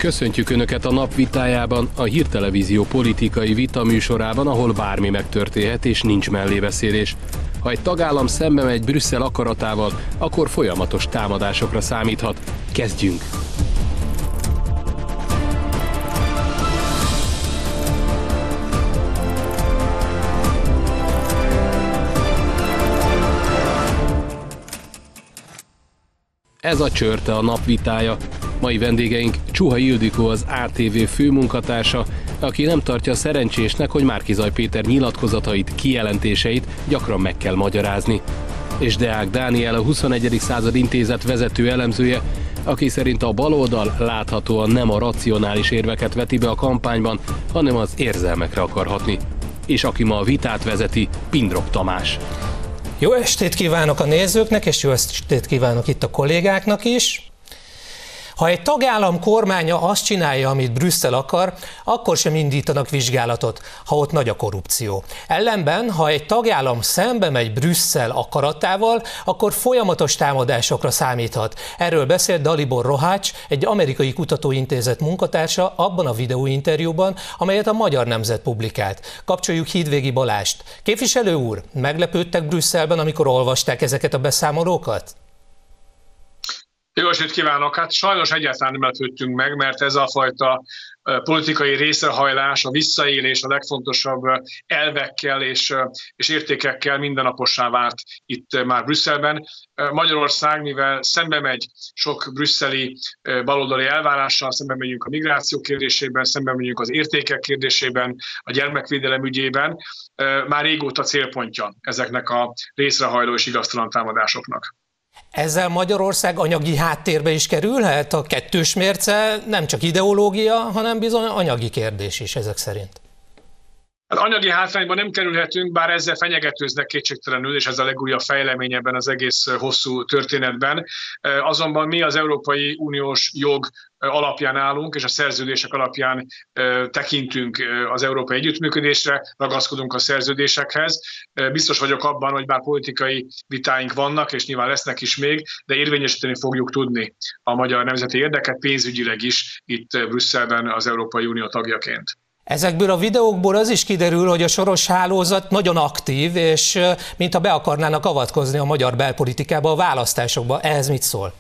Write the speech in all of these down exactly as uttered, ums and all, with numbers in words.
Köszöntjük Önöket a Nap vitájában, a Hírtelevízió politikai vita műsorában, ahol bármi megtörténhet és nincs mellébeszélés. Ha egy tagállam szembe megy Brüsszel akaratával, akkor folyamatos támadásokra számíthat. Kezdjünk! Ez a Csörte, a Nap vitája. Mai vendégeink Csuha Ildikó, az á té vé főmunkatársa, aki nem tartja szerencsésnek, hogy Márki-Zay Péter nyilatkozatait, kijelentéseit gyakran meg kell magyarázni. És Deák Dániel, a huszonegyedik század intézet vezető elemzője, aki szerint a baloldal láthatóan nem a racionális érveket veti be a kampányban, hanem az érzelmekre akar hatni. És aki ma a vitát vezeti, Pindrok Tamás. Jó estét kívánok a nézőknek, és jó estét kívánok itt a kollégáknak is. Ha egy tagállam kormánya azt csinálja, amit Brüsszel akar, akkor sem indítanak vizsgálatot, ha ott nagy a korrupció. Ellenben, ha egy tagállam szembe megy Brüsszel akaratával, akkor folyamatos támadásokra számíthat. Erről beszélt Dalibor Rohács, egy amerikai kutatóintézet munkatársa abban a videóinterjúban, amelyet a Magyar Nemzet publikált. Kapcsoljuk Hídvégi Balást. Képviselő úr, meglepődtek Brüsszelben, amikor olvasták ezeket a beszámolókat? Jó estét kívánok! Hát sajnos egyáltalán nem lepődtünk meg, mert ez a fajta politikai részrehajlás, a visszaélés a legfontosabb elvekkel és, és értékekkel mindennapossá vált itt már Brüsszelben. Magyarország, mivel szembe megy sok brüsszeli baloldali elvárással, szembe megyünk a migráció kérdésében, szembe megyünk az értékek kérdésében, a gyermekvédelem ügyében, már régóta célpontja ezeknek a részrehajló és igaztalan támadásoknak. Ezzel Magyarország anyagi háttérbe is kerülhet? A kettős mérce nem csak ideológia, hanem bizony anyagi kérdés is ezek szerint. Az anyagi hátrányban nem kerülhetünk, bár ezzel fenyegetőznek kétségtelenül, és ez a legújabb fejlemény ebben az egész hosszú történetben. Azonban mi az Európai Uniós jog alapján állunk, és a szerződések alapján tekintünk az európai együttműködésre, ragaszkodunk a szerződésekhez. Biztos vagyok abban, hogy bár politikai vitáink vannak, és nyilván lesznek is még, de érvényesíteni fogjuk tudni a magyar nemzeti érdeket pénzügyileg is itt Brüsszelben az Európai Unió tagjaként. Ezekből a videókból az is kiderül, hogy a Soros hálózat nagyon aktív, és mintha be akarnának avatkozni a magyar belpolitikába, a választásokba. Ehhez mit szól?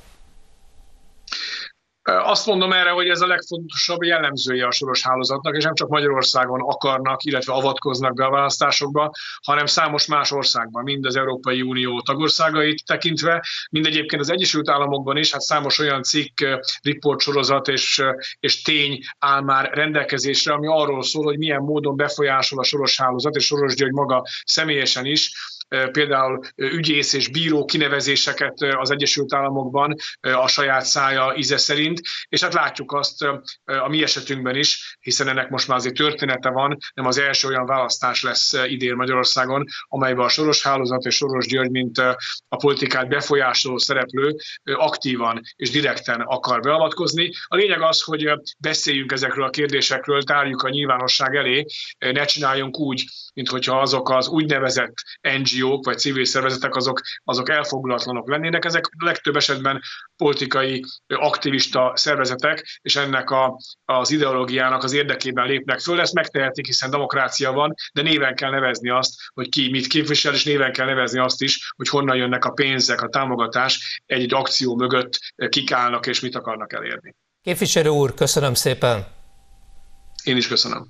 Azt mondom erre, hogy ez a legfontosabb jellemzője a Soros hálózatnak, és nem csak Magyarországon akarnak, illetve avatkoznak be a választásokba, hanem számos más országban, mind az Európai Unió tagországait tekintve, mind egyébként az Egyesült Államokban is, hát számos olyan cikk, riportsorozat és, és tény áll már rendelkezésre, ami arról szól, hogy milyen módon befolyásol a Soros hálózat, és Soros György maga személyesen is, például ügyész és bíró kinevezéseket az Egyesült Államokban a saját szája íze szerint, és hát látjuk azt a mi esetünkben is, hiszen ennek most már azért története van, nem az első olyan választás lesz idén Magyarországon, amelyben a Soros hálózat és Soros György, mint a politikát befolyásoló szereplő aktívan és direkten akar beavatkozni. A lényeg az, hogy beszéljünk ezekről a kérdésekről, tárjuk a nyilvánosság elé, ne csináljunk úgy, minthogyha azok az úgynevezett en gé ó-k vagy civil szervezetek azok, azok elfogulatlanok lennének. Ezek legtöbb esetben politikai aktivista szervezetek, és ennek a, az ideológiának az érdekében lépnek föl. Ezt megtehetik, hiszen demokrácia van, de néven kell nevezni azt, hogy ki mit képvisel, és néven kell nevezni azt is, hogy honnan jönnek a pénzek, a támogatás egy-egy akció mögött, kik állnak és mit akarnak elérni. Képviselő úr, köszönöm szépen! Én is köszönöm.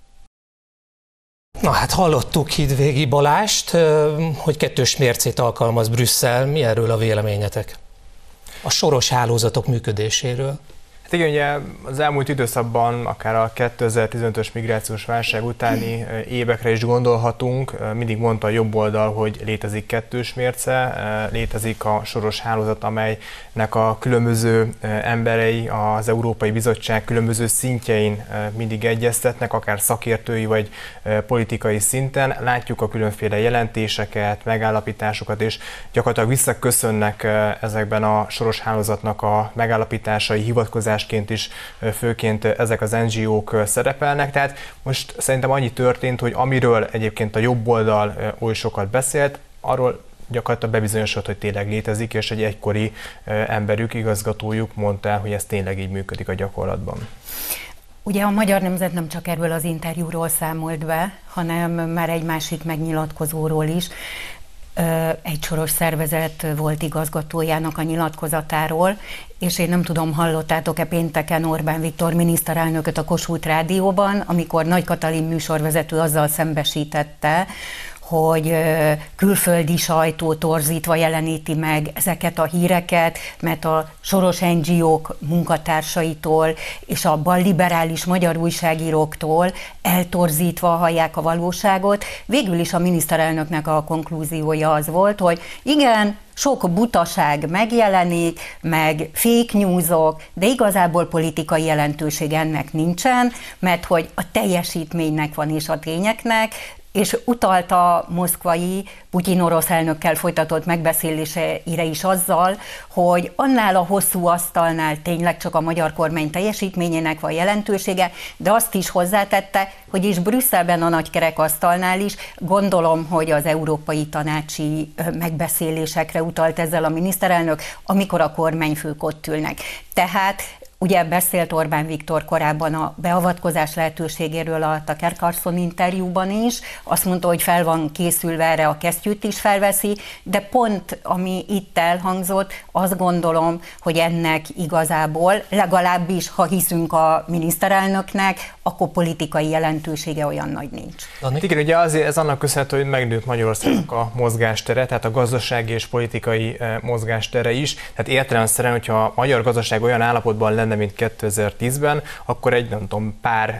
Na hát hallottuk Hídvégi Balást, hogy kettős mércét alkalmaz Brüsszel. Mi erről a véleményetek? A Soros hálózatok működéséről. Hát igen, ugye az elmúlt időszakban, akár a kétezer-tizenötös migrációs válság utáni évekre is gondolhatunk. Mindig mondta a jobb oldal, hogy létezik kettős mérce, létezik a Soros hálózat, amelynek a különböző emberei az Európai Bizottság különböző szintjein mindig egyeztetnek, akár szakértői vagy politikai szinten. Látjuk a különféle jelentéseket, megállapításokat, és gyakorlatilag visszaköszönnek ezekben a Soros hálózatnak a megállapításai, hivatkozásai, is főként ezek az en gé ó-k szerepelnek, tehát most szerintem annyi történt, hogy amiről egyébként a jobb oldal oly sokat beszélt, arról gyakorlatilag bebizonyosodott, hogy tényleg létezik, és egy egykori emberük, igazgatójuk mondta el, hogy ez tényleg így működik a gyakorlatban. Ugye a Magyar Nemzet nem csak erről az interjúról számolt be, hanem már egy másik megnyilatkozóról is. Egy soros szervezet volt igazgatójának a nyilatkozatáról, és én nem tudom, hallottátok-e pénteken Orbán Viktor miniszterelnököt a Kossuth Rádióban, amikor Nagy Katalin műsorvezető azzal szembesítette, hogy külföldi sajtó torzítva jeleníti meg ezeket a híreket, mert a soros en gé ók munkatársaitól és a balliberális magyar újságíróktól eltorzítva hallják a valóságot. Végül is a miniszterelnöknek a konklúziója az volt, hogy igen, sok butaság megjelenik, meg fake newsok, de igazából politikai jelentőség ennek nincsen, mert hogy a teljesítménynek van és a tényeknek, és utalt a moszkvai Putyin orosz elnökkel folytatott megbeszéléseire is azzal, hogy annál a hosszú asztalnál tényleg csak a magyar kormány teljesítményének van jelentősége, de azt is hozzátette, hogy is Brüsszelben a nagy kerekasztalnál is, gondolom, hogy az európai tanácsi megbeszélésekre utalt ezzel a miniszterelnök, amikor a kormányfők ott ülnek. Tehát ugye beszélt Orbán Viktor korábban a beavatkozás lehetőségéről a Tucker Carlson interjúban is, azt mondta, hogy fel van készülve erre, a kesztyűt is felveszi, de pont ami itt elhangzott, azt gondolom, hogy ennek igazából, legalábbis ha hiszünk a miniszterelnöknek, akkor politikai jelentősége olyan nagy nincs. Igen, ugye azért ez annak köszönhető, hogy megnőtt Magyarországnak a mozgástere, tehát a gazdasági és politikai mozgástere is. Tehát értelemszerűen, hogyha a magyar gazdaság olyan állapotban lenne, mint kétezer-tízben, akkor egy, nem tudom, pár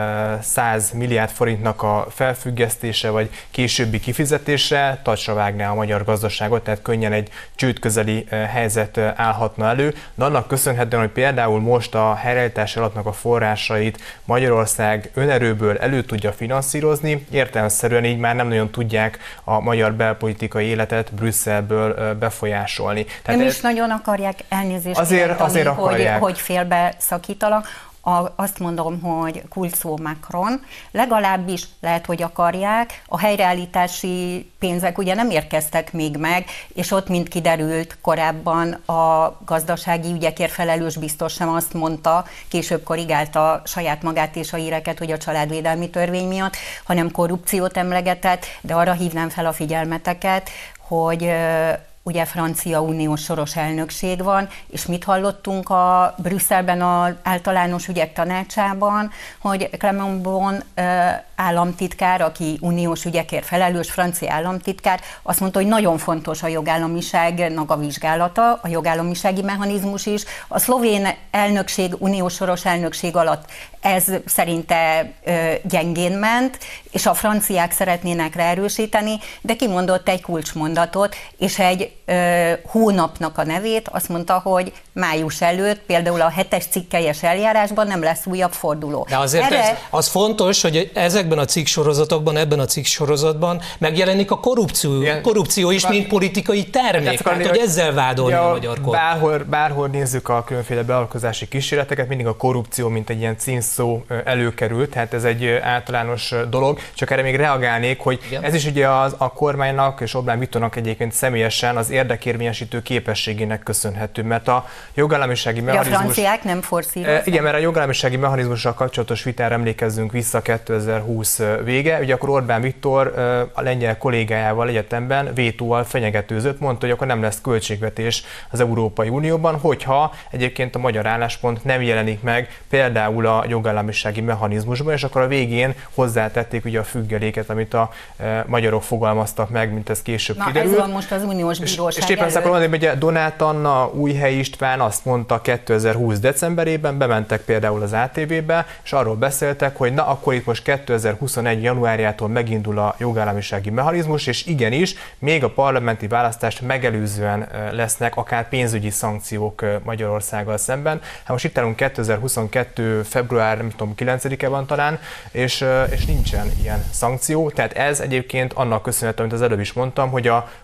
száz milliárd forintnak a felfüggesztése vagy későbbi kifizetése tacsra vágná a magyar gazdaságot, tehát könnyen egy csődközeli helyzet állhatna elő. De annak köszönhetően, hogy például most a helyreállítás alapnak a forrásait Magyarország önerőből elő tudja finanszírozni, értelemszerűen így már nem nagyon tudják a magyar belpolitikai életet Brüsszelből befolyásolni. Tehát nem ez... is nagyon akarják, elnézést azért, kérteni, azért akarják. Hogy, hogy félbe szakítalak. A, azt mondom, hogy kulcsszó Macron, legalábbis lehet, hogy akarják, a helyreállítási pénzek ugye nem érkeztek még meg, és ott, mint kiderült korábban, a gazdasági ügyekért felelős biztos sem azt mondta, később korrigálta saját magát és a híreket, hogy a családvédelmi törvény miatt, hanem korrupciót emlegetett, de arra hívnám fel a figyelmeteket, hogy ugye francia uniós soros elnökség van, és mit hallottunk a Brüsszelben az általános ügyek tanácsában, hogy Clément Beaune államtitkár, aki uniós ügyekért felelős francia államtitkár, azt mondta, hogy nagyon fontos a jogállamiságnak a vizsgálata, a jogállamisági mechanizmus is. A szlovén elnökség, uniós soros elnökség alatt ez szerinte ö, gyengén ment, és a franciák szeretnének ráerősíteni, de kimondott egy kulcsmondatot, és egy ö, hónapnak a nevét, azt mondta, hogy május előtt, például a hetes cikkelyes eljárásban nem lesz újabb forduló. De azért Erre... ez, az fontos, hogy ezekben a cikksorozatokban, ebben a cikksorozatban megjelenik a korrupció, Igen. korrupció is, mint politikai termék, tehát hogy ezzel vádolni a, a magyar kormány. Bárhol, bárhol nézzük a különféle beavatkozási kísérleteket, mindig a korrupció, mint egy ilyen címszó előkerült, tehát ez egy általános dolog, csak erre még reagálnék, hogy Igen. ez is ugye az, a kormánynak és Orbán Viktornak egyébként személyesen az érdekérvényesítő képességének köszönhető, mert a jogállamisági mechanizmus... A franciák nem forszírozzák. Igen, mert a jogállamisági mechanizmussal kapcsolatos vitára emlékezzünk vissza kétezer-húsz vége, ugye akkor Orbán Viktor a lengyel kollégájával egyetemben vétóval fenyegetőzött, mondta, hogy akkor nem lesz költségvetés az Európai Unióban, hogyha egyébként a magyar álláspont nem jelenik meg például a jogállamisági mechanizmusban, és akkor a végén hozzátették ugye a függeléket, amit a magyarok fogalmaztak meg, mint ez később Na, kiderült. ez van most az uniós bíróság És, és éppen azt akarom mondani, hogy Donát Anna, Újhely István azt mondta kétezer-húsz decemberében, bementek például az á té vé-be, és arról beszéltek, hogy na akkor itt most kétezer-huszonegy januárjától megindul a jogállamisági mechanizmus, és igenis, még a parlamenti választást megelőzően lesznek akár pénzügyi szankciók Magyarországgal szemben. Hát most itt állunk kétezer-huszonkettő február, nem tudom, kilencedike van talán, és, és nincsen ilyen szankció, tehát ez egyébként annak köszönhető, amit az előbb is mondtam, hogy a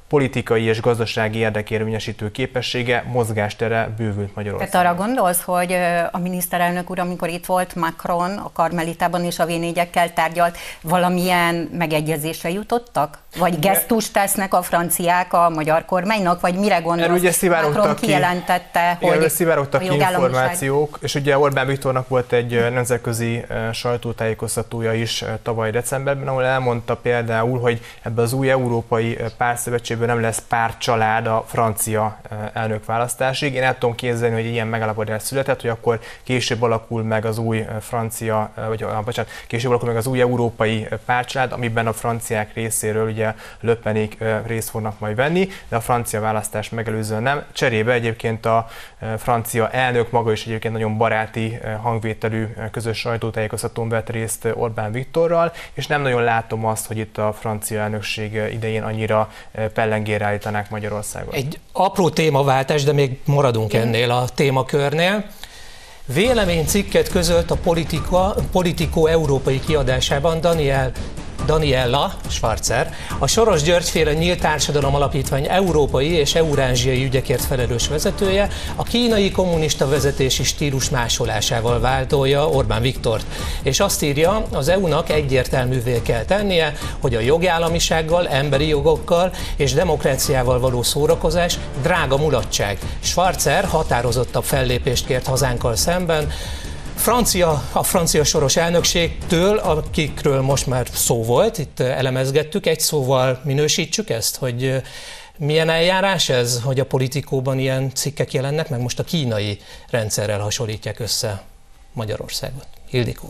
politikai és gazdasági érdekérvényesítő képessége, mozgástere bővült Magyarországon. Tehát arra gondolsz, hogy a miniszterelnök úr, amikor itt volt, Macron a Karmelitában és a vé négyekkel tárgyalt, valamilyen megegyezésre jutottak? Vagy gesztust tesznek a franciák a magyar kormánynak? Vagy mire gondolsz? Macron kijelentette, ki, hogy szivárogtak ki információk, és ugye Orbán Viktornak volt egy nemzetközi sajtótájékoztatója is tavaly decemberben, ahol elmondta például, hogy ebbe az új európai pártszövetségből nem lesz pártcsalád a francia elnökválasztásig. Én el tudom képzelni, hogy ilyen megállapodás született, hogy akkor később alakul meg az új francia, vagy bocsánat, később alakul meg az új európai pártcsalád, amiben a franciák részéről ugye Le Penék részt fognak majd venni, de a francia választás megelőzően nem. Cserébe egyébként a francia elnök maga is egyébként nagyon baráti hangvételű közös sajtótájékoztatón vett részt Orbán Viktorral, és nem nagyon látom azt, hogy itt a francia elnökség idején annyira pellengére állítanák Magyarországot. Egy apró témaváltás, de még maradunk ennél a témakörnél. Véleménycikket közölt a Politika, Politico európai kiadásában Daniel Daniela Schwarzer, a Soros György-féle Nyílt Társadalom Alapítvány európai és eurázsiai ügyekért felelős vezetője, a kínai kommunista vezetési stílus másolásával vádolja Orbán Viktort. És azt írja, az é u-nak egyértelművé kell tennie, hogy a jogállamisággal, emberi jogokkal és demokráciával való szórakozás drága mulatság. Schwarzer határozottabb fellépést kért hazánkkal szemben, Francia, a francia soros elnökségtől, akikről most már szó volt, itt elemezgettük, egy szóval minősítsük ezt, hogy milyen eljárás ez, hogy a Politikóban ilyen cikkek jelennek, meg most a kínai rendszerrel hasonlítják össze Magyarországot. Ildikó.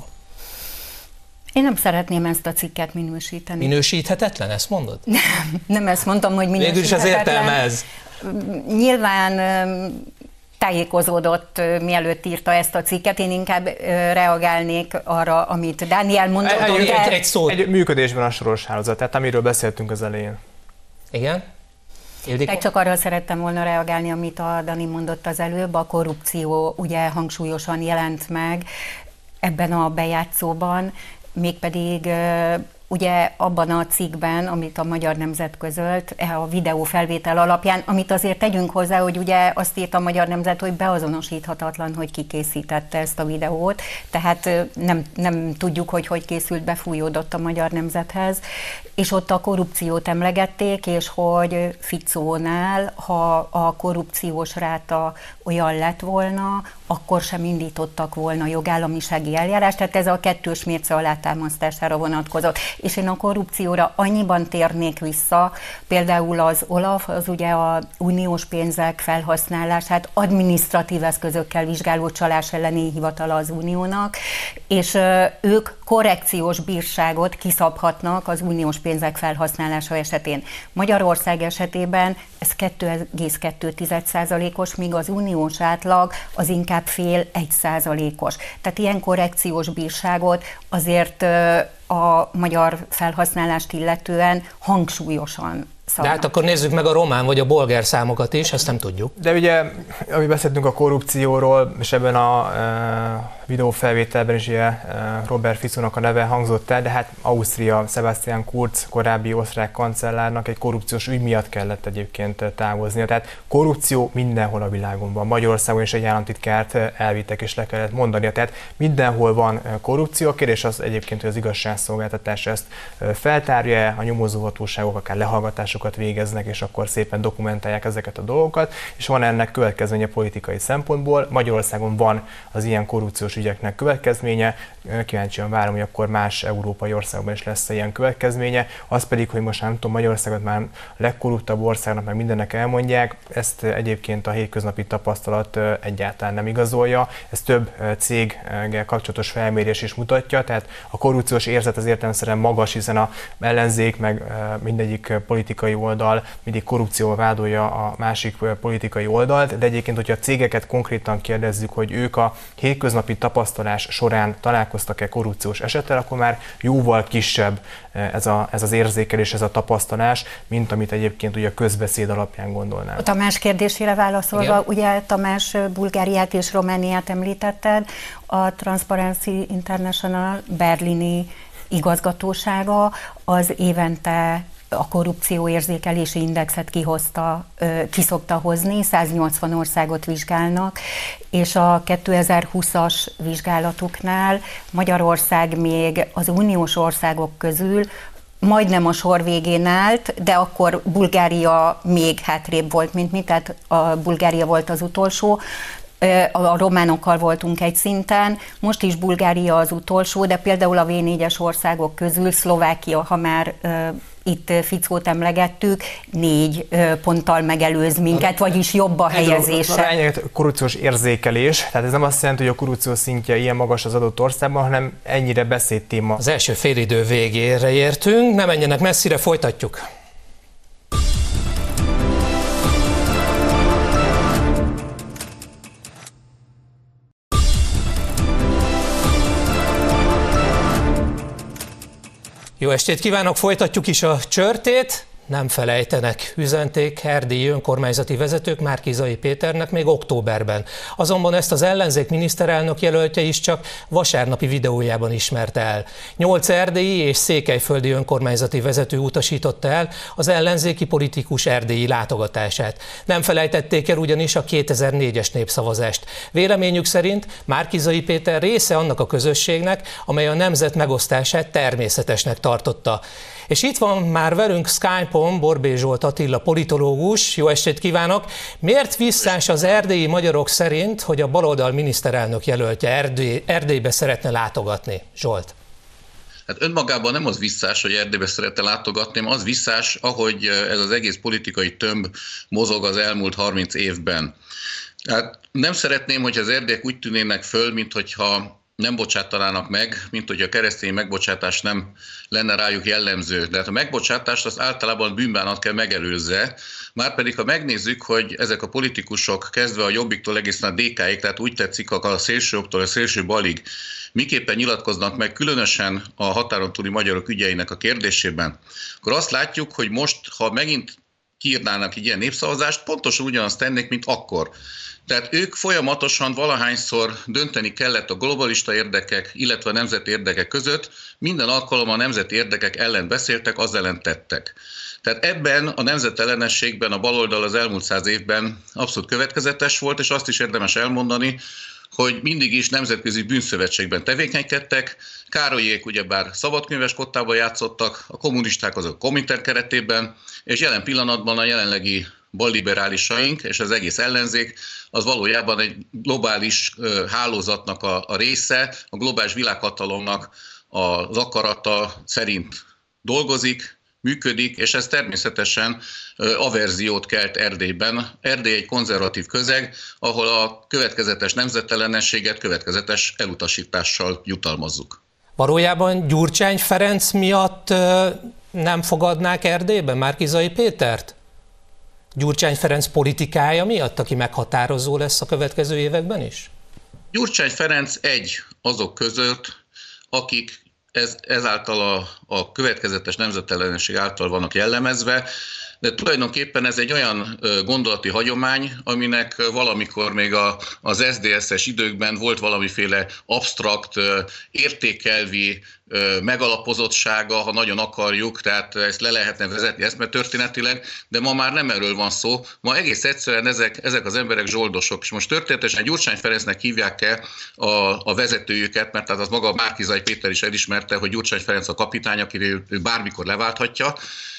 Én nem szeretném ezt a cikket minősíteni. Minősíthetetlen, ezt mondod? Nem, nem ezt mondtam, hogy minősíthetetlen. Végül is az értelme ez. Nyilván tájékozódott, mielőtt írta ezt a cikket, én inkább reagálnék arra, amit Dániel mondott. Egy, egy, egy, egy, szó. egy működésben a soros hálózat, tehát amiről beszéltünk az elején. Igen? Ildikó? Csak arra szerettem volna reagálni, amit a Dani mondott az előbb, a korrupció ugye hangsúlyosan jelent meg ebben a bejátszóban, mégpedig ugye abban a cikkben, amit a Magyar Nemzet közölt, a videófelvétel alapján, amit azért tegyünk hozzá, hogy ugye azt írt a Magyar Nemzet, hogy beazonosíthatatlan, hogy ki készítette ezt a videót, tehát nem, nem tudjuk, hogy hogy készült, befújódott a Magyar Nemzethez, és ott a korrupciót emlegették, és hogy Ficónál, ha a korrupciós ráta olyan lett volna, akkor sem indítottak volna jogállamisági eljárást, tehát ez a kettős mérce alátámasztására vonatkozott. És én a korrupcióra annyiban térnék vissza, például az OLAF, az ugye a uniós pénzek felhasználását adminisztratív eszközökkel vizsgáló csalás elleni hivatala az uniónak, és ők korrekciós bírságot kiszabhatnak az uniós pénzek felhasználása esetén. Magyarország esetében ez kettő egész kettő százalékos, míg az uniós átlag az inkább fél egy százalékos. Tehát ilyen korrekciós bírságot azért a magyar felhasználást illetően hangsúlyosan szabnak. De hát akkor nézzük meg a román vagy a bolgár számokat is, ezt nem tudjuk. De ugye, ami beszéltünk a korrupcióról, és ebben a e, videófelvételben is ugye, e, Robert Ficónak a neve hangzott el, de hát Ausztria, Sebastian Kurz, korábbi osztrák kancellárnak egy korrupciós ügy miatt kellett egyébként távoznia. Tehát korrupció mindenhol a világon van. Magyarországon is egy államtitkárt elvittek és le kellett mondania. Tehát mindenhol van korrupció. A kérdés az egyébként, hogy az igazságszolgáltatás ezt feltárja, a nyomozóhatóságok akár lehallgatásokat végeznek, és akkor szépen dokumentálják ezeket a dolgokat, és van ennek következménye politikai szempontból. Magyarországon van az ilyen korrupciós ügyeknek következménye, kíváncsian várom, hogy akkor más európai országban is lesz ilyen következménye, az pedig, hogy most nem tudom, Magyarországot már a legkorruptabb országnak meg mindennek elmondják, ezt egyébként a hétköznapi tapasztalat egyáltalán nem igazolja, ez több céggel kapcsolatos felmérés is mutatja, tehát a korrupciós érzet az értelemszerűen magas, hiszen a ellenzék meg mindegyik politikai oldal mindig korrupcióval vádolja a másik politikai oldalt, de egyébként, hogyha a cégeket konkrétan kérdezzük, hogy ők a hétköznapi tapasztalás során találkoztak-e korrupciós esettel, akkor már jóval kisebb ez, a, ez az érzékelés, ez a tapasztalás, mint amit egyébként ugye a közbeszéd alapján gondolnánk. A Tamás kérdésére válaszolva, igen? Ugye Tamás Bulgáriát és Romániát említetted, a Transparency International berlini igazgatósága az évente a korrupcióérzékelési indexet kihozta, ki szokta hozni, száznyolcvan országot vizsgálnak, és a kétezer-húszas vizsgálatuknál Magyarország még az uniós országok közül majdnem a sor végén állt, de akkor Bulgária még hátrébb volt, mint mi, tehát a Bulgária volt az utolsó. A románokkal voltunk egy szinten, most is Bulgária az utolsó, de például a vé négyes országok közül Szlovákia, ha már uh, itt Fickót emlegettük, négy uh, ponttal megelőz minket, vagyis jobb a helyezése. A korrupciós érzékelés, tehát ez nem azt jelenti, hogy a korrupció szintje ilyen magas az adott országban, hanem ennyire beszédtéma. Az első félidő végére értünk, ne menjenek messzire, folytatjuk. Jó estét kívánok, folytatjuk is a csörtét. Nem felejtenek, üzenték erdélyi önkormányzati vezetők Márki-Zay Péternek még októberben. Azonban ezt az ellenzék miniszterelnök jelöltje is csak vasárnapi videójában ismerte el. Nyolc erdélyi és székelyföldi önkormányzati vezető utasította el az ellenzéki politikus erdélyi látogatását. Nem felejtették el ugyanis a kétezer-négyes népszavazást. Véleményük szerint Márki-Zay Péter része annak a közösségnek, amely a nemzet megosztását természetesnek tartotta. És itt van már velünk Skype-on Borbély Zsolt Attila politológus. Jó estét kívánok! Miért visszás az erdélyi magyarok szerint, hogy a baloldal miniszterelnök jelöltje Erdély, Erdélybe szeretne látogatni? Zsolt. Hát önmagában nem az visszás, hogy Erdélybe szeretne látogatni, hanem az visszás, ahogy ez az egész politikai tömb mozog az elmúlt harminc évben. Hát nem szeretném, hogy az erdélyek úgy tűnének föl, minthogyha nem bocsátanának meg, mint hogy a keresztény megbocsátás nem lenne rájuk jellemző. De hát a megbocsátást az általában bűnbánat kell megelőzze, márpedig ha megnézzük, hogy ezek a politikusok kezdve a Jobbiktól egészen a dé ká-ig, tehát úgy tetszik a szélsőjobbtól a szélső balig, miképpen nyilatkoznak meg különösen a határon túli magyarok ügyeinek a kérdésében, akkor azt látjuk, hogy most, ha megint kiírnának egy ilyen népszavazást, pontosan ugyanazt tennék, mint akkor. Tehát ők folyamatosan valahányszor dönteni kellett a globalista érdekek, illetve a nemzeti érdekek között, minden alkalommal a nemzeti érdekek ellen beszéltek, az ellen tettek. Tehát ebben a nemzetellenességben a baloldal az elmúlt száz évben abszolút következetes volt, és azt is érdemes elmondani, hogy mindig is nemzetközi bűnszövetségben tevékenykedtek, Károlyék ugyebár szabadkönyves kottában játszottak, a kommunisták azok Komintern keretében, és jelen pillanatban a jelenlegi balliberálisaink és az egész ellenzék az valójában egy globális hálózatnak a, a része, a globális világhatalomnak az akarata szerint dolgozik, működik, és ez természetesen averziót kelt Erdélyben. Erdély egy konzervatív közeg, ahol a következetes nemzetellenességet következetes elutasítással jutalmazzuk. Valójában Gyurcsány Ferenc miatt nem fogadnák Erdélybe Márki-Zay Pétert? Gyurcsány Ferenc politikája miatt, aki meghatározó lesz a következő években is? Gyurcsány Ferenc egy azok között, akik ez, ezáltal a, a következetes nemzetellenesség által vannak jellemezve, de tulajdonképpen ez egy olyan gondolati hagyomány, aminek valamikor még a, az es zé dé es-es időkben volt valamiféle absztrakt, értékelvi megalapozottsága, ha nagyon akarjuk, tehát ezt le lehetne vezetni eszmetörténetileg, de ma már nem erről van szó. Ma egész egyszerűen ezek, ezek az emberek zsoldosok. És most történetesen Gyurcsány Ferencnek hívják-e a, a vezetőjüket, mert tehát az maga Márki-Zay Péter is elismerte, hogy Gyurcsány Ferenc a kapitány, akiről bármikor leválthatja,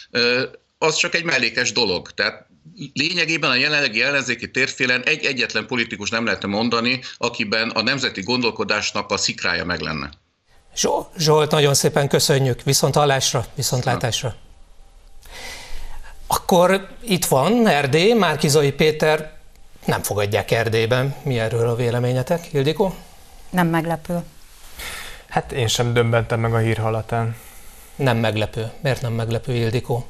az csak egy mellékes dolog. Tehát lényegében a jelenlegi ellenzéki térfélen egy egyetlen politikus nem lehetne mondani, akiben a nemzeti gondolkodásnak a szikrája meg lenne. Zsolt, nagyon szépen köszönjük. Viszont hallásra, viszontlátásra. Akkor itt van Erdély, Márki-Zay Péter nem fogadják Erdélyben. Mi erről a véleményetek, Ildikó? Nem meglepő. Hát én sem döbbentem meg a hír hallatán. Nem meglepő. Miért nem meglepő, Ildikó?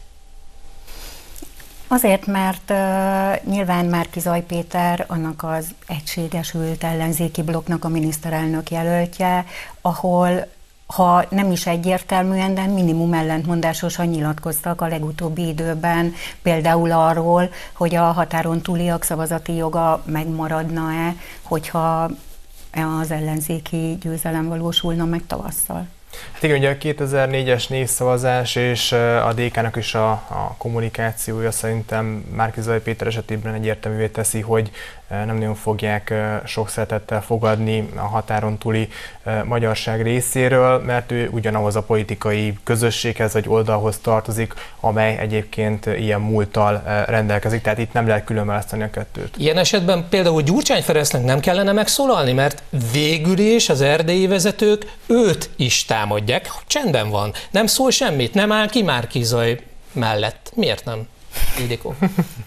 Azért, mert uh, nyilván Márki-Zay Péter annak az egységesült ellenzéki blokknak a miniszterelnök jelöltje, ahol ha nem is egyértelműen, de minimum ellentmondásosan nyilatkoztak a legutóbbi időben, például arról, hogy a határon túliak szavazati joga megmaradna-e, hogyha az ellenzéki győzelem valósulna meg tavasszal. Hát igen, ugye a kétezer-négyes népszavazás és a dé ká-nak is a, a kommunikációja szerintem Márki-Zay Péter esetében egyértelművé teszi, hogy nem nagyon fogják sok szeretettel fogadni a határon túli magyarság részéről, mert ő ugyanahhoz a politikai közösséghez vagy oldalhoz tartozik, amely egyébként ilyen múlttal rendelkezik, tehát itt nem lehet különválasztani a kettőt. Ilyen esetben például Gyurcsány Ferencnek nem kellene megszólalni, mert végül is az erdélyi vezetők őt is támadják. Csendben van, nem szól semmit, nem áll ki Márki-Zay mellett. Miért nem, Ildikó?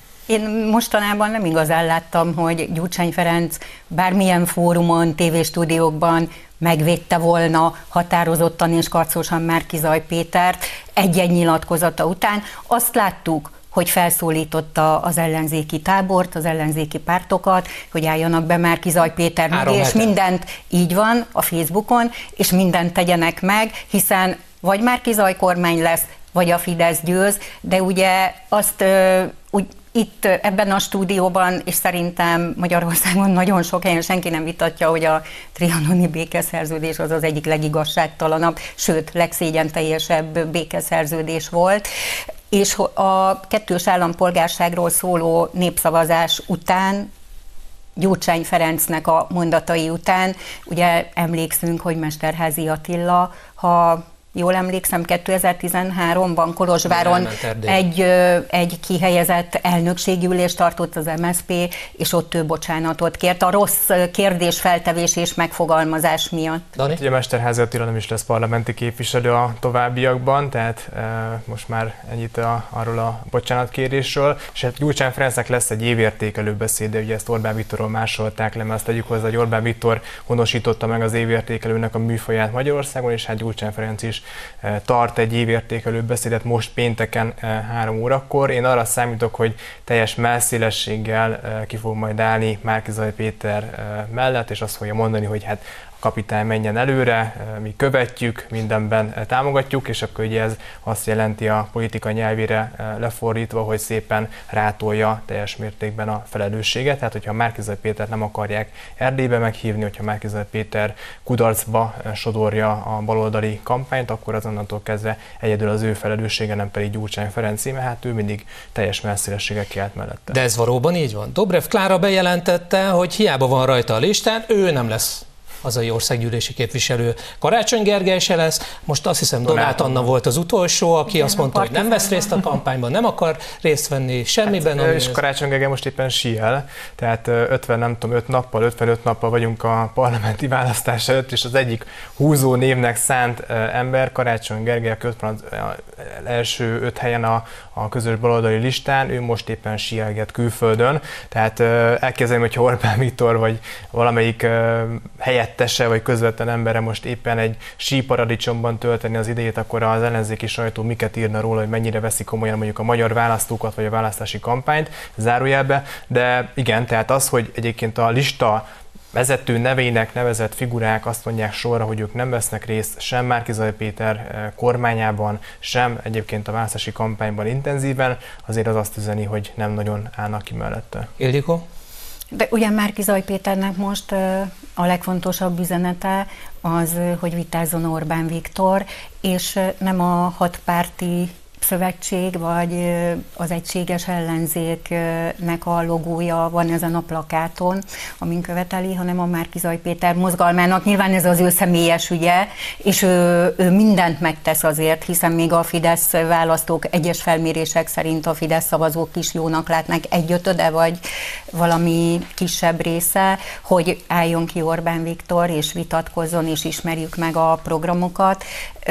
Én mostanában nem igazán láttam, hogy Gyurcsány Ferenc bármilyen fórumon, tévéstúdiókban megvédte volna határozottan és karcosan Márki-Zay Pétert egy-egy nyilatkozata után. Azt láttuk, hogy felszólította az ellenzéki tábort, az ellenzéki pártokat, hogy álljanak be Márki-Zay Péter mögé, és mindent így van a Facebookon, és mindent tegyenek meg, hiszen vagy Márki-Zay kormány lesz, vagy a Fidesz győz, de ugye azt ö, úgy, itt ebben a stúdióban, és szerintem Magyarországon nagyon sok helyen senki nem vitatja, hogy a trianoni békeszerződés az az egyik legigazságtalanabb, sőt, legszégyenteljesebb békeszerződés volt. És a kettős állampolgárságról szóló népszavazás után, Gyurcsány Ferencnek a mondatai után, ugye emlékszünk, hogy Mesterházy Attila, ha jól emlékszem, kétezer-tizenháromban Kolozsváron egy, egy kihelyezett elnökségi ülést tartott az em es zé pé, és ott ő bocsánatot kért a rossz kérdésfeltevés és megfogalmazás miatt. Dani? Ugye Mesterházy Attila nem is lesz parlamenti képviselő a továbbiakban, tehát e, most már ennyit a, arról a bocsánatkérésről, és hát Gyurcsány Ferencnek lesz egy évértékelő beszéde, ugye ezt Orbán Viktorról másolták le, mert azt tegyük hozzá, hogy Orbán Viktor honosította meg az évértékelőnek a műfaját Magyarországon, és hát Gyurcsány Ferenc is tart egy évértékelő beszédet most pénteken három órakor. Én arra számítok, hogy teljes mellszélességgel ki fog majd állni Márki-Zay Péter mellett, és azt fogja mondani, hogy hát a kapitány menjen előre, mi követjük, mindenben támogatjuk, és akkor ugye ez azt jelenti a politika nyelvére lefordítva, hogy szépen rátolja teljes mértékben a felelősséget. Tehát, hogyha Márki-Zay Pétert nem akarják Erdélybe meghívni, hogyha Márki-Zay Péter kudarcba sodorja a baloldali kampányt, akkor azonnantól kezdve egyedül az ő felelőssége, nem pedig Gyurcsány Ferenc, mert hát ő mindig teljes messzélességgel kiállt mellette. De ez valóban így van. Dobrev Klára bejelentette, hogy hiába van rajta a listán, ő nem lesz hazai országgyűlési képviselő. Karácsony Gergely se lesz, most azt hiszem Donát Anna volt az utolsó, aki igen, azt mondta, hogy nem vesz részt a kampányban, nem akar részt venni semmiben. Hát, és Karácsony Gergely most éppen síel, tehát ötven, nem tudom, öt nappal, ötvenöt nappal vagyunk a parlamenti választás előtt, és az egyik húzó névnek szánt ember, Karácsony Gergely, aki ott van az első öt helyen a, a közös baloldali listán, ő most éppen síelget külföldön, tehát elképzelem, hogyha Orbán Viktor vagy valamelyik helyettese vagy közvetlen embere most éppen egy síparadicsomban tölteni az idejét, akkor az ellenzéki sajtó miket írna róla, hogy mennyire veszi komolyan mondjuk a magyar választókat vagy a választási kampányt, zárójelbe, de igen, tehát az, hogy egyébként a lista vezető nevének nevezett figurák azt mondják sorra, hogy ők nem vesznek részt sem Márki-Zay Péter kormányában, sem egyébként a választási kampányban intenzíven, azért az azt üzeni, hogy nem nagyon állnak ki mellette. Ildikó? De ugye Márki-Zay Péternek most a legfontosabb üzenete az, hogy vitázzon Orbán Viktor, és nem a hatpárti szövetség, vagy az egységes ellenzéknek a logója van ezen a plakáton, amin követeli, hanem a Márki-Zay Péter mozgalmának. Nyilván ez az ő személyes ügye, és ő, ő mindent megtesz azért, hiszen még a Fidesz választók egyes felmérések szerint a Fidesz szavazók is jónak látnak egyötöde, vagy valami kisebb része, hogy álljon ki Orbán Viktor, és vitatkozzon, és ismerjük meg a programokat,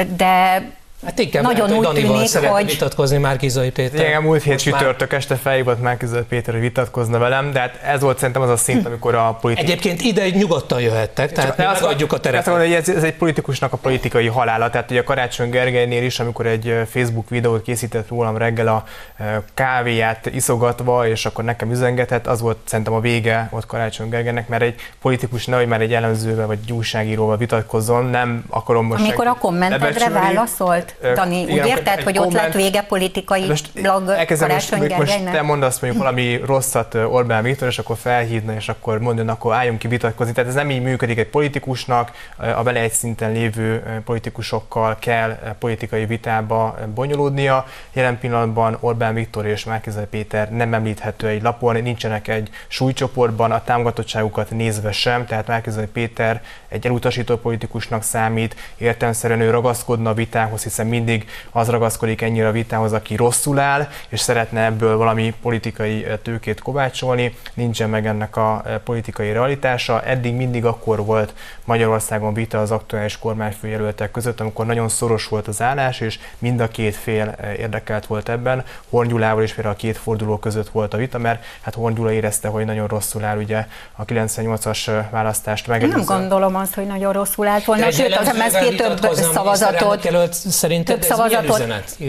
de hát inkább nagyon lehet, hogy úgy Danival tűnik, hogy vitatkozni Márki-Zay Péter. Igen, múlt hét csütörtök este felhívott Márki-Zay Péter, hogy vitatkozna velem, de hát ez volt szerintem az a szint, amikor a politikus... Egyébként ide nyugodtan jöhettek, tehát mi megadjuk a terepet. Azt mondom, hogy ez, ez egy politikusnak a politikai halála, tehát ugye a Karácsony Gergelynél is, amikor egy Facebook videót készített rólam reggel a kávéját iszogatva, és akkor nekem üzengetett, az volt szerintem a vége ott Karácsony Gergelynek, mert egy politikus nehogy már egy elemzővel vagy újságíróval vitatkozzon, nem akarom most... Amikor a kommentedre válaszolt? volt, Dani? Úgy érted, hogy ott lett vége politikailag Karácsony Gergelynek? Most te mondasz mondjuk valami rosszat Orbán Viktor, és akkor felhívna, és akkor mondjon, akkor álljunk ki vitatkozni. Tehát ez nem így működik egy politikusnak, a vele egy szinten lévő politikusokkal kell politikai vitába bonyolódnia. Jelen pillanatban Orbán Viktor és Márki-Zay Péter nem említhető egy lapon, nincsenek egy súlycsoportban, a támogatottságukat nézve sem, tehát Márki-Zay Péter egy elutasító politikusnak számít, értelemszerűen ő ragaszkodna a vitához, hiszen mindig az ragaszkodik ennyire a vitához, aki rosszul áll, és szeretne ebből valami politikai tőkét kovácsolni, nincsen meg ennek a politikai realitása. Eddig mindig akkor volt Magyarországon vita az aktuális kormányfőjelöltek között, amikor nagyon szoros volt az állás, és mind a két fél érdekelt volt ebben. Horn Gyulával is például a két forduló között volt a vita, mert hát Horn Gyula érezte, hogy nagyon rosszul áll ugye a kilencvennyolcas választást megelőző. Nem gondolom azt, hogy nagyon rosszul állt volna, sőt az em es zé pé több szavazatot, több szavazatot.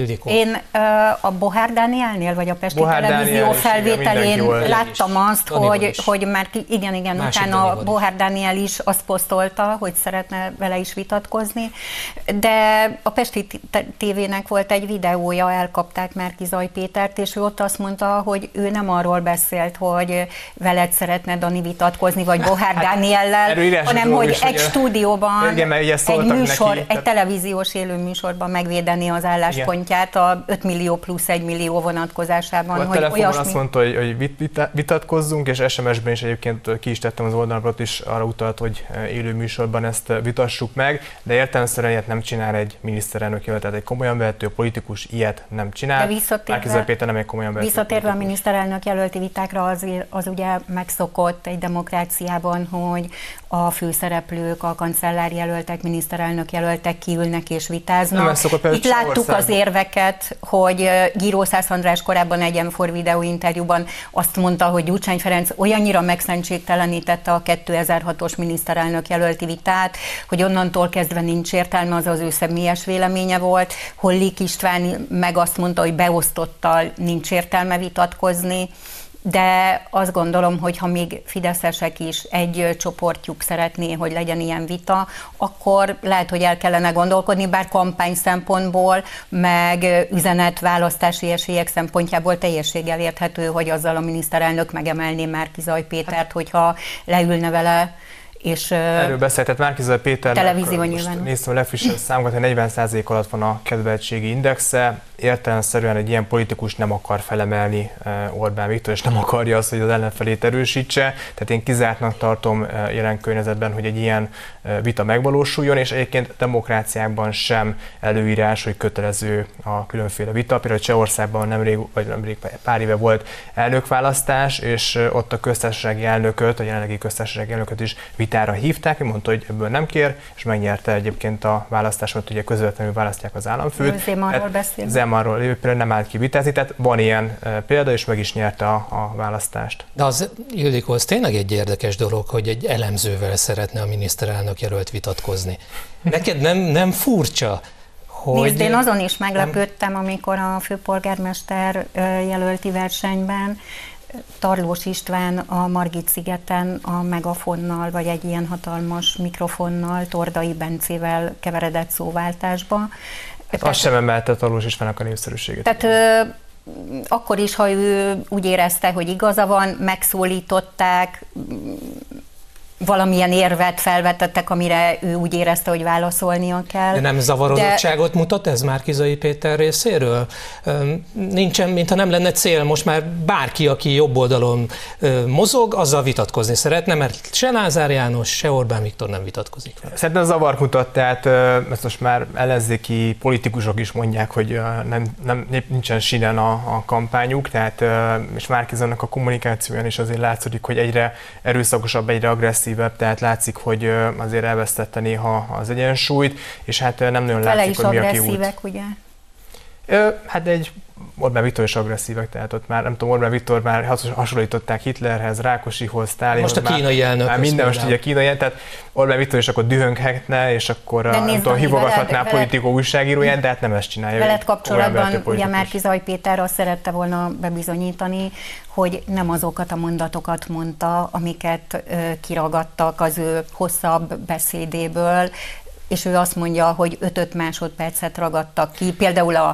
Én a Bohár Dánielnél, vagy a Pesti Bohár Televízió Dániel felvételén láttam azt, hogy, hogy már igen, igen, Másik utána a Bohár Dániel is azt posztolta, hogy szeretne vele is vitatkozni, de a Pesti tévének volt egy videója, elkapták Márki-Zay Pétert, és ő ott azt mondta, hogy ő nem arról beszélt, hogy veled szeretne Dani vitatkozni, vagy Bohár hát, Dániellel, hanem hogy is, egy ugye, stúdióban, igen, egy műsor, neki, egy televíziós élő műsorban megvédeni az álláspontját a öt millió plusz egy millió vonatkozásában. A hogy telefonon olyasmi... azt mondta, hogy, hogy vitatkozzunk, és es em es-ben is egyébként ki is tettem az oldalra, is arra utalt, hogy élő műsorban ezt vitassuk meg, de értelemszerűen ilyet nem csinál egy miniszterelnök jelölt, tehát egy komolyan vehető politikus ilyet nem csinál. Márki-Zay Péter nem egy komolyan vehető Visszatérve politikus. A miniszterelnök jelölti vitákra, az, az ugye megszokott egy demokráciában, hogy a főszereplők, a kancellár jelöltek, miniszterelnök jelöltek kiülnek és vitáznak. Itt láttuk az érveket, hogy Giró Szász András korábban egy em négy videó interjúban azt mondta, hogy Gyurcsány Ferenc olyannyira megszentségtelenítette a kétezer-hatos miniszterelnök jelölti vitát, hogy onnantól kezdve nincs értelme, az az ő személyes véleménye volt. Hollik István meg azt mondta, hogy beosztottal nincs értelme vitatkozni. De azt gondolom, hogy ha még fideszesek is egy csoportjuk szeretné, hogy legyen ilyen vita, akkor lehet, hogy el kellene gondolkodni, bár kampány szempontból, meg üzenetválasztási esélyek szempontjából teljességgel érthető, hogy azzal a miniszterelnök megemelné Márki-Zay Pétert, hogyha leülne vele. És erről beszéltett Márki-Zay Péternek, televízió nyilván. Néztem a legfrissebb számokat, hogy negyven százalék alatt van a kedveltségi indexe. Értelemszerűen egy ilyen politikus nem akar felemelni Orbán Viktor, és nem akarja azt, hogy az ellenfelét erősítse. Tehát én kizártnak tartom jelen környezetben, hogy egy ilyen vita megvalósuljon, és egyébként demokráciákban sem előírás, hogy kötelező a különféle vita. Például Csehországban nemrég, vagy nemrég pár éve volt elnökválasztás, és ott a köztársasági elnököt, a jelenlegi köztársasági elnököt is vitára hívták, mondta, hogy ebből nem kér, és megnyerte egyébként a választást, mert ugye közvetlenül választják az államfőt. Zemanról beszélünk. Zemanról például nem állt ki vitázni, tehát van ilyen példa, és meg is nyerte a, a választást. De az, Ildikó, az tényleg egy érdekes dolog, hogy egy elemzővel szeretne a miniszterelnök jelölt vitatkozni. Neked nem, nem furcsa? Hogy Nézd, én azon is meglepődtem, amikor a főpolgármester jelölti versenyben Tarlós István a Margit-szigeten a megafonnal, vagy egy ilyen hatalmas mikrofonnal, Tordai Bencével keveredett szóváltásba. Hát azt sem emelte Tarlós Istvánnak a népszerűséget. Tehát ö, akkor is, ha ő úgy érezte, hogy igaza van, megszólították, valamilyen érvet felvetettek, amire ő úgy érezte, hogy válaszolnia kell. De nem zavarodottságot de... mutat ez Márki-Zay Péter részéről? Nincsen, mintha nem lenne cél, most már bárki, aki jobb oldalon mozog, azzal vitatkozni szeretne, mert se Lázár János, se Orbán Viktor nem vitatkozik vele. Szerintem zavar mutat, tehát ezt most már ellenzéki politikusok is mondják, hogy nem, nem, nincsen sínen a, a kampányuk, tehát és Márki-Zaynak a kommunikációján is azért látszik, hogy egyre erőszakosabb, egyre agresszív, tehát látszik, hogy azért elvesztette néha az egyensúlyt, és hát nem nagyon Vele látszik, hogy mi a kiút. agresszívek, ugye? Hát egy Orbán Viktor is agresszívek, tehát ott már nem tudom, Orbán Viktor már hasonlították Hitlerhez, Rákosihoz, Sztálinhoz. Most a kínai elnök. Már minden most ugye a kínai elnök, tehát Orbán Viktor is akkor dühönghetne, és akkor a, nem tudom, hívogathatná a politikó újságíróját, de hát nem ezt csinálja. Veled kapcsolatban ugye Márki-Zay Péter azt szerette volna bebizonyítani, hogy nem azokat a mondatokat mondta, amiket ö, kiragadtak az ő hosszabb beszédéből, és ő azt mondja, hogy öt-öt másodpercet ragadtak ki, például a,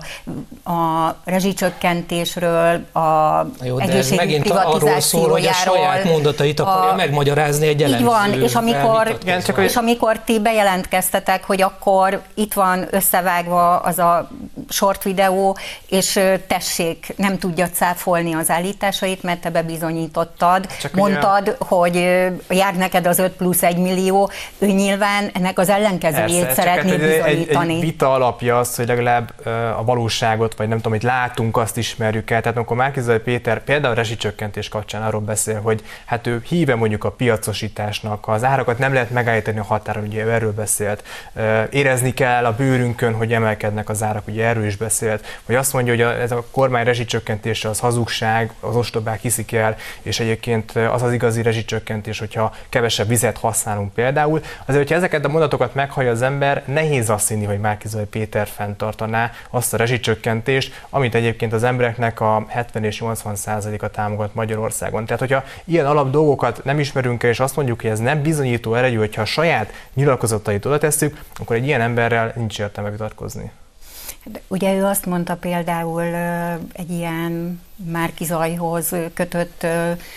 a rezsicsökkentésről, a Jó, egészségügy privatizációjáról. Arról szól, hogy a saját mondatait akarja a, megmagyarázni egy elemző. Így van, és amikor, Igen, csak és amikor ti bejelentkeztetek, hogy akkor itt van összevágva az a short videó, és tessék, nem tudja cáfolni az állításait, mert te bebizonyítottad, csak mondtad, ugye, hogy jár neked az öt plusz egy millió, ő nyilván ennek az ellenkezőjét szeretné egy, bizonyítani. Egy, egy vita alapja az, hogy legalább a valóságot, vagy nem tudom, hogy látunk, azt ismerjük el. Tehát amikor Márki-Zay Péter például a rezsicsökkentés kapcsán arról beszél, hogy hát ő híve mondjuk a piacosításnak, az árakat nem lehet megállítani a határon, ugye erről beszélt. Érezni kell a bőrünkön, hogy emelkednek az árak, ugye erről is beszélt. Vagy azt mondja, hogy a, ez a kormány rezsicsökkentése az hazugság, az ostobák hiszik el, és egyébként az az igazi rezsicsökkentés, hogyha kevesebb vizet használunk például. Azért, hogyha ezeket a mondatokat meghallja az ember, nehéz azt hinni, hogy Márki-Zay Péter fenntartaná azt a rezsicsökkentést, amit egyébként az embereknek a hetven és nyolcvan százaléka támogat Magyarországon. Tehát, hogyha ilyen alap dolgokat nem ismerünk el, és azt mondjuk, hogy ez nem bizonyító erejű, hogyha a saját nyilatkozatait oda tesszük, akkor egy ilyen emberrel nincs értelme vitatkozni. De ugye ő azt mondta például egy ilyen Márki-Zayhoz kötött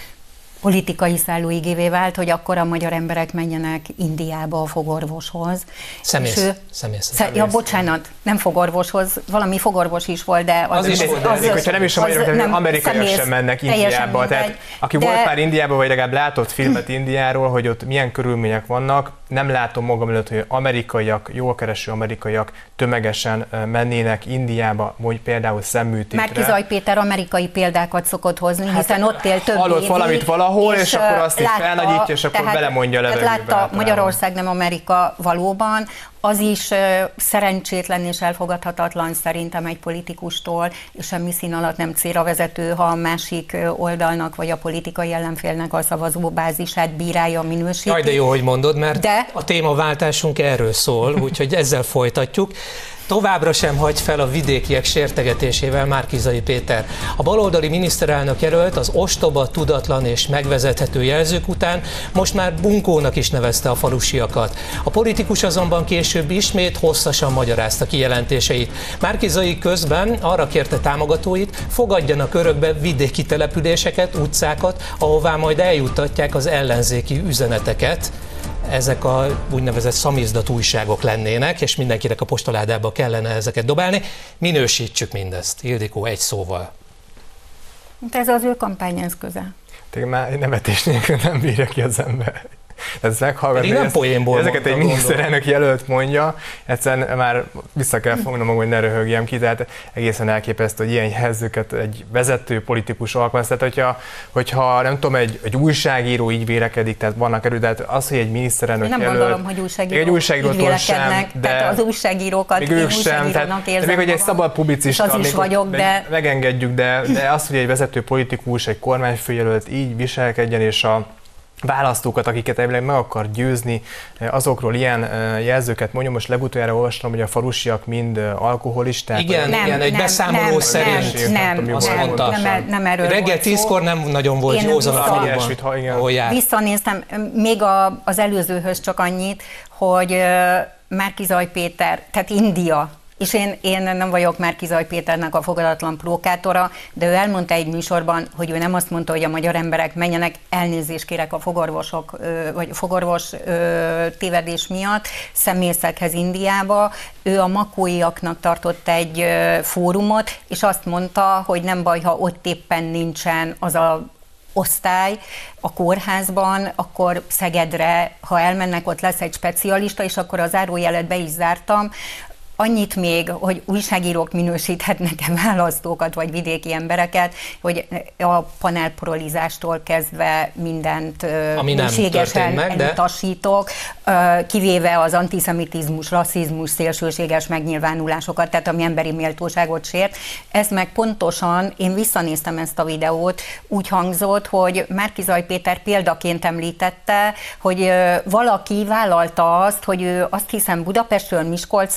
politikai szállóigévé vált, hogy akkor a magyar emberek menjenek Indiába a fogorvoshoz. Szemész. Ő, Szemész. Sze, ja, bocsánat, nem fogorvoshoz, valami fogorvos is volt, de az, az is volt. Az, az, hogyha nem is a magyarok, nem amerikaiak sem mennek Indiába. Tehát aki de, volt már Indiába, vagy legalább látott filmet Indiáról, hogy ott milyen körülmények vannak, nem látom magam előtt, hogy amerikaiak, jól kereső amerikaiak tömegesen mennének Indiába, vagy például szemműtétre. Márki-Zay Péter amerikai példákat szokott hozni, hát, hiszen ott él több hallott évig, valamit valahol, és, és akkor azt látta, is felnagyítja, és akkor tehát, belemondja a levegőbe. Tehát látta, Magyarország nem Amerika valóban, az is uh, szerencsétlen és elfogadhatatlan szerintem egy politikustól, és semmi szín alatt nem célra vezető, ha a másik oldalnak vagy a politikai ellenfélnek a szavazóbázisát bírálja, minősíti. Jaj, de jó, hogy mondod, mert de... a témaváltásunk erről szól, úgyhogy ezzel folytatjuk. Továbbra sem hagy fel a vidékiek sértegetésével Márki-Zay Péter. A baloldali miniszterelnök jelölt az ostoba, tudatlan és megvezethető jelzők után most már bunkónak is nevezte a falusiakat. A politikus azonban később ismét hosszasan magyarázta kijelentéseit. Márki-Zay közben arra kérte támogatóit, fogadjanak örökbe vidéki településeket, utcákat, ahová majd eljuttatják az ellenzéki üzeneteket. Ezek a úgynevezett szamizdat újságok lennének, és mindenkinek a postaládába kellene ezeket dobálni. Minősítsük mindezt. Ildikó, egy szóval. Ez az ő kampányeszköze. Tényleg már nevetés nélkül nem bírja ki az ember. Ez meghallgatni, nem poénból ezeket egy miniszterelnök jelölt mondja, egyszerűen már vissza kell fognom magam, hogy ne röhögjem ki, tehát egészen elképesztő, hogy ilyen jelzőket egy vezető politikus alkalmaz. Tehát, hogyha, hogyha nem tudom, egy, egy újságíró így vélekedik, tehát vannak erő, de az, hogy egy miniszterelnök jelölt... Nem gondolom, hogy újságírók egy újságírótól sem, de tehát az újságírókat még ők sem, tehát, érzem még hogy egy szabad publicista, az is vagyok, de... megengedjük, de, de az, hogy egy vezető politikus, egy kormányfőjelölt így viselkedjen, és a választókat, akiket elvileg meg akar győzni, azokról ilyen jelzőket mondjuk. Most legutoljára olvastam, hogy a falusiak mind alkoholisták. Igen, nem, igen, egy nem, beszámoló nem, szerint nem, nem, azt nem, mondta. Nem, nem erről reggel tízkor nem nagyon volt józan a faluban, ahol járt. Visszanéztem, még a, az előzőhöz csak annyit, hogy Márki-Zay Péter, tehát India, és én, én nem vagyok Márki-Zay Péternek a fogadatlan prókátora, de ő elmondta egy műsorban, hogy ő nem azt mondta, hogy a magyar emberek menjenek, elnézést kérek a fogorvosok, vagy fogorvos tévedés miatt, szemészekhez Indiába. Ő a makóiaknak tartott egy fórumot, és azt mondta, hogy nem baj, ha ott éppen nincsen az a osztály a kórházban, akkor Szegedre, ha elmennek, ott lesz egy specialista, és akkor a zárójelet be is zártam. Annyit még, hogy újságírók minősíthetnek-e választókat, vagy vidéki embereket, hogy a panelprolizástól kezdve mindent mélységesen elutasítok, de... kivéve az antiszemitizmus, rasszizmus, szélsőséges megnyilvánulásokat, tehát ami emberi méltóságot sért. Ez meg pontosan, én visszanéztem ezt a videót, úgy hangzott, hogy Márki-Zay Péter példaként említette, hogy valaki vállalta azt, hogy ő azt hiszem Budapestről Miskolcra ment, vagy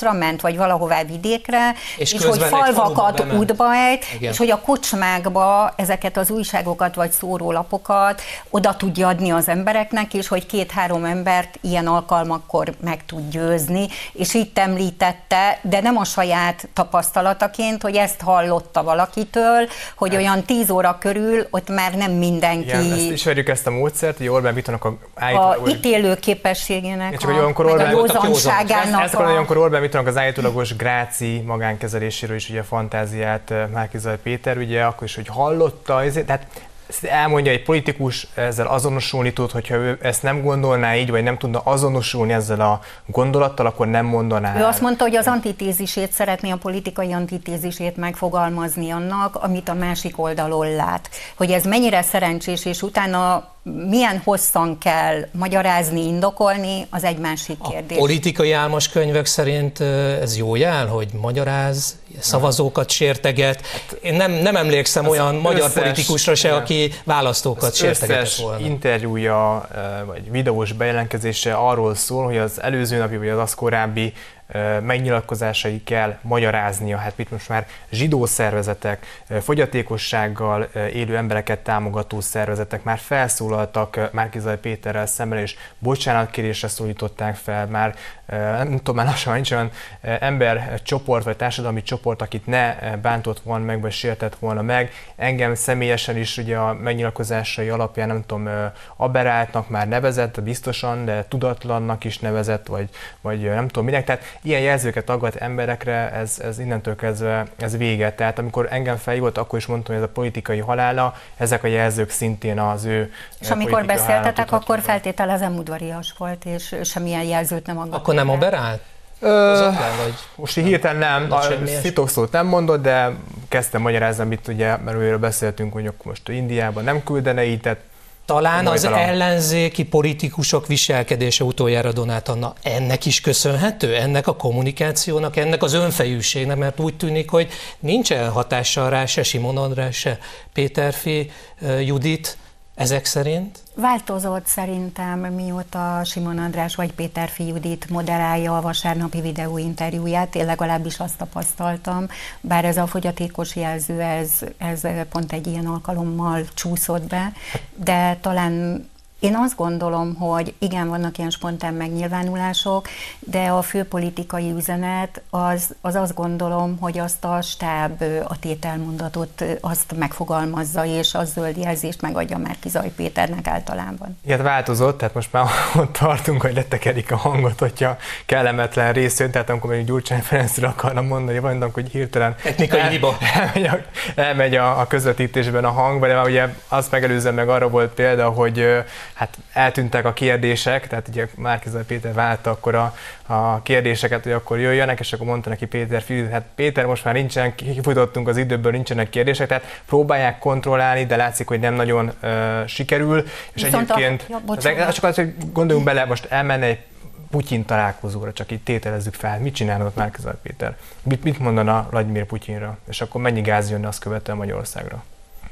vagy valahová vidékre, és, és hogy falvakat útba ejt, igen. és hogy a kocsmákba ezeket az újságokat vagy szórólapokat oda tudja adni az embereknek, és hogy két-három embert ilyen alkalmakkor meg tud győzni, és itt említette, de nem a saját tapasztalataként, hogy ezt hallotta valakitől, hogy olyan tíz óra körül ott már nem mindenki... Igen, ezt ismerjük ezt a módszert, hogy Orbán Viktornak a állítólagos... A ítélő képességének, csak, a, a, meg a józanságának. Ezt akarja, amikor Orbán Viktornak az állítólagos gráci magánkezeléséről is ugye a fantáziát Márki-Zay Péter, ugye akkor is, hogy hallotta, tehát elmondja egy politikus, ezzel azonosulni tud, hogyha ő ezt nem gondolná így, vagy nem tudna azonosulni ezzel a gondolattal, akkor nem mondaná. Ő azt mondta, hogy az antitézisét szeretné, a politikai antitézisét megfogalmazni annak, amit a másik oldalon lát. Hogy ez mennyire szerencsés, és utána milyen hosszan kell magyarázni, indokolni, az egy másik kérdés. A politikai álmos könyvek szerint ez jó jel, hogy magyaráz, szavazókat sérteget. Én nem, nem emlékszem az olyan magyar összes, politikusra se, aki választókat sértegetett volna. Az interjúja vagy videós bejelentkezése arról szól, hogy az előző napi vagy az az korábbi megnyilatkozásai kell magyaráznia. Hát itt most már zsidó szervezetek, fogyatékossággal élő embereket támogató szervezetek már felszólaltak Márki-Zay Péterrel szemben, és bocsánatkérésre szólították fel. Már nem tudom, már lassan nincs olyan embercsoport vagy társadalmi csoport, akit ne bántott volna meg, vagy sértett volna meg. Engem személyesen is ugye a megnyilatkozásai alapján nem tudom, aberráltnak már nevezett, biztosan, de tudatlannak is nevezett, vagy, vagy nem tudom minek. Tehát ilyen jelzőket aggat emberekre, ez, ez innentől kezdve ez vége. Tehát amikor engem felhívott, akkor is mondtam, hogy ez a politikai halála, ezek a jelzők szintén az ő. És amikor beszéltetek, akkor feltételezem udvarias volt, és semmilyen jelzőt nem aggat. Akkor nem operált? Ö, vagy most így hirtelen nem, a szitokszót nem mondott, de kezdtem magyarázni, amit ugye, mert őről beszéltünk, hogy most Indiában nem küldene így, tehát talán az ellenzéki politikusok viselkedése utoljára, Donát Anna, ennek is köszönhető? Ennek a kommunikációnak, ennek az önfejűségnek, mert úgy tűnik, hogy nincsen hatással rá se Simon András, se Péterfi Judit, ezek szerint? Változott szerintem, mióta Simon András vagy Péterfi Judit modellálja a vasárnapi videóinterjúját, én legalábbis azt tapasztaltam, bár ez a fogyatékos jelző, ez, ez pont egy ilyen alkalommal csúszott be, de talán én azt gondolom, hogy igen, vannak ilyen spontán megnyilvánulások, de a főpolitikai üzenet az, az azt gondolom, hogy azt a stáb, a tételmondatot azt megfogalmazza, és az zöld jelzést megadja Márki-Zay Péternek általában. Igen, változott, tehát most már ott tartunk, hogy letekerik a hangot, hogyha kellemetlen rész jön, tehát amikor még Gyurcsány Ferencről akarna mondani, vagy hogy hirtelen etnikai hiba. Elmegy, a, elmegy a, a közvetítésben a hangba, de már ugye azt megelőzően meg arra volt példa, hogy hát eltűntek a kérdések, tehát ugye Márki-Zay Péter várta akkor a, a kérdéseket, hogy akkor jöjjenek, és akkor mondta neki Péter, hát Péter, most már nincsen, kifutottunk az időből, nincsenek kérdések, tehát próbálják kontrollálni, de látszik, hogy nem nagyon uh, sikerül, és viszont egyébként, a, ja, az, csak az, hogy gondoljunk bele, most elmenne egy Putyin találkozóra, csak így tételezzük fel, mit csinálna Márki-Zay Péter? Mit, mit mondana Vladimir Putyinra? És akkor mennyi gáz jönne azt követően Magyarországra?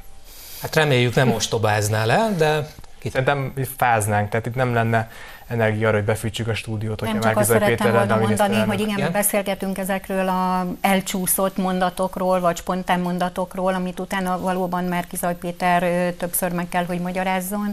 Hát reméljük nem ostobáznál el, de... Szerintem fáznánk, tehát itt nem lenne energia arra, hogy befűtsük a stúdiót, hogyha Márki-Zay Péter lenne a mondani, hogy igen, igen, beszélgetünk ezekről a elcsúszott mondatokról, vagy spontán mondatokról, amit utána valóban Márki-Zay Péter többször meg kell, hogy magyarázzon.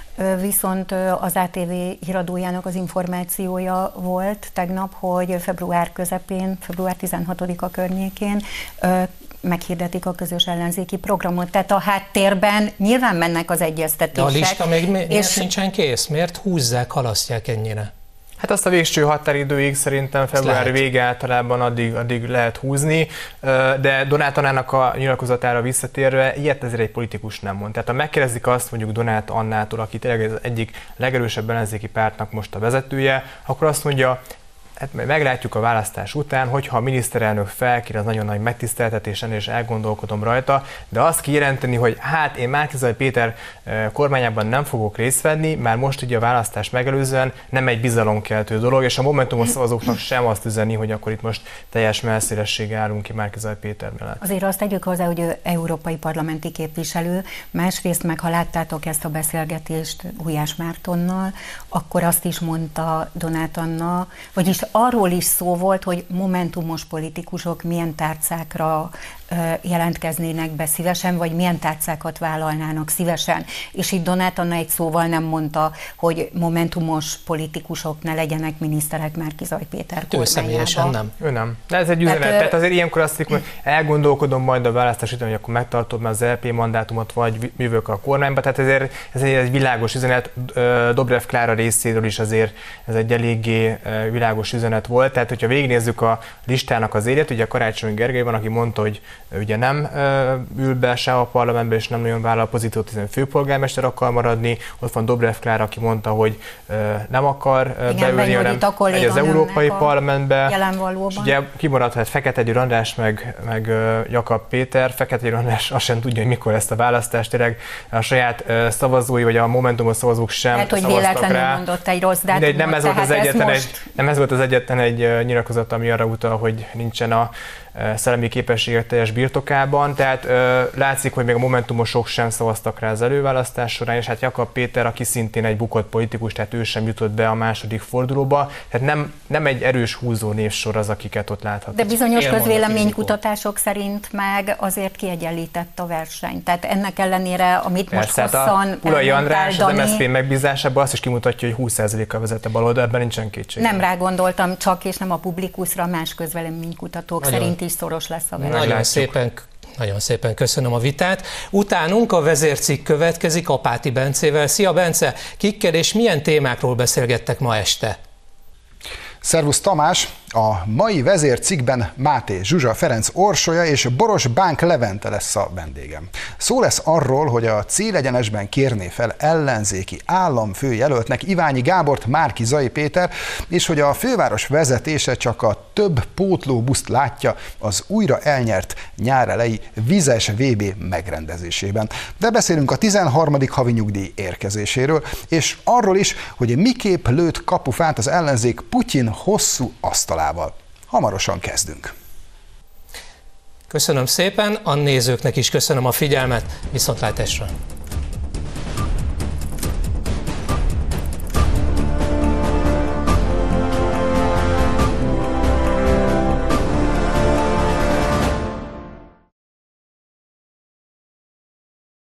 Viszont az á té vé híradójának az információja volt tegnap, hogy február közepén, február tizenhatodika környékén meghirdetik a közös ellenzéki programot. Tehát a háttérben nyilván mennek az egyeztetések. De a lista még mi, és nincsen kész? Miért húzzák, halasztják ennyire? Hát azt a végső határidőig szerintem február vége általában addig, addig lehet húzni, de Donát Annának a nyilatkozatára visszatérve, ilyet ezért egy politikus nem mond. Tehát ha megkérdezik azt mondjuk Donát Annától, aki tényleg az egyik legerősebb ellenzéki pártnak most a vezetője, akkor azt mondja, hát meglátjuk a választás után, hogyha a miniszterelnök felkér, az nagyon nagy megtiszteltetésen, és elgondolkodom rajta, de azt kijelenteni, hogy hát én Márki-Zay Péter kormányában nem fogok részt venni, már most ugye a választás megelőzően nem egy bizalomkeltő dolog, és a Momentumos szavazóknak sem azt üzeni, hogy akkor itt most teljes messzélességgel állunk ki Márki-Zay Péter mellett. Azért azt tegyük hozzá, hogy ő európai parlamenti képviselő, másrészt meg ha láttátok ezt a beszélgetést Gulyás Mártonnal, akkor azt is mondta Donát Anna, vagyis És arról is szó volt, hogy momentumos politikusok milyen tárcákra jelentkeznének be szívesen, vagy milyen tárcákat vállalnának szívesen. És itt Donát Anna egy szóval nem mondta, hogy momentumos politikusok ne legyenek miniszterek Márki-Zay Péter kormányában. nem. Ő nem. De ez egy üzenet. Tehát, Tehát azért ilyenkor azt mondjuk, hogy elgondolkodom majd a választás után, hogy akkor megtartod már az é pé mandátumot, vagy jövök a kormányba. Tehát ezért ez egy világos üzenet. Dobrev Klára részéről is azért ez egy eléggé világos üzenet volt. Tehát, hogyha végignézzük a listának az élet, ugye Karácsony Gergely van, aki mondta, hogy ugye nem ül be se a parlamentbe, és nem nagyon vállal pozíciót, hiszen főpolgármester akar maradni. Ott van Dobrev Klára, aki mondta, hogy nem akar Igen, beülni, hanem megy az Európai Parlamentbe. És ugye kimaradhat Fekete Győr András, meg, meg Jakab Péter. Fekete Győr András azt sem tudja, hogy mikor lesz a választás. Tényleg a saját szavazói, vagy a Momentumos szavazók sem hát, hogy szavaztak véletlenül rá. mondott egy rossz dátumot. Mindegy, nem ez volt az egyetlen most... egy, nem ez volt az egyetlen egy nyilatkozat, ami arra utal, hogy nincsen a szellemi képességek teljes birtokában, tehát ö, látszik, hogy még a momentumosok sem szavaztak rá az előválasztás során, és hát Jakab Péter, aki szintén egy bukott politikus, tehát ő sem jutott be a második fordulóba, tehát nem, nem egy erős húzó névsor az, akiket ott láthatunk. De bizonyos közvéleménykutatások szerint meg azért kiegyenlített a verseny. Tehát ennek ellenére, amit most Persze, hosszan hát a Pulai András az Dani, em es zé pé megbízásában azt is kimutatja, hogy húsz százalékkal vezet a baloldal, ebben nincsen kétség. Nem rá gondoltam, csak és nem a publikusra, más közvéleménykutatók Nagyon. szerint is szoros lesz a verseny. Nagyon szépen, nagyon szépen köszönöm a vitát. Utánunk a vezércikk következik Apáti Bencével. Szia Bence, kikkel és milyen témákról beszélgettek ma este? Szervusz Tamás! A mai vezércikkben Máté Zsuzsa Ferenc Orsolya és Boros Bánk Levente lesz a vendégem. Szó lesz arról, hogy a célegyenesben kérné fel ellenzéki államfőjelöltnek Iványi Gábort Márki-Zay Péter, és hogy a főváros vezetése csak a több pótlóbuszt látja az újra elnyert nyárelei vizes vé bé megrendezésében. De beszélünk a tizenharmadik havi nyugdíj érkezéséről, és arról is, hogy miképp lőtt kapufát az ellenzék Putyin hosszú asztalával. Hamarosan kezdünk. Köszönöm szépen, a nézőknek is köszönöm a figyelmet, viszontlátásra!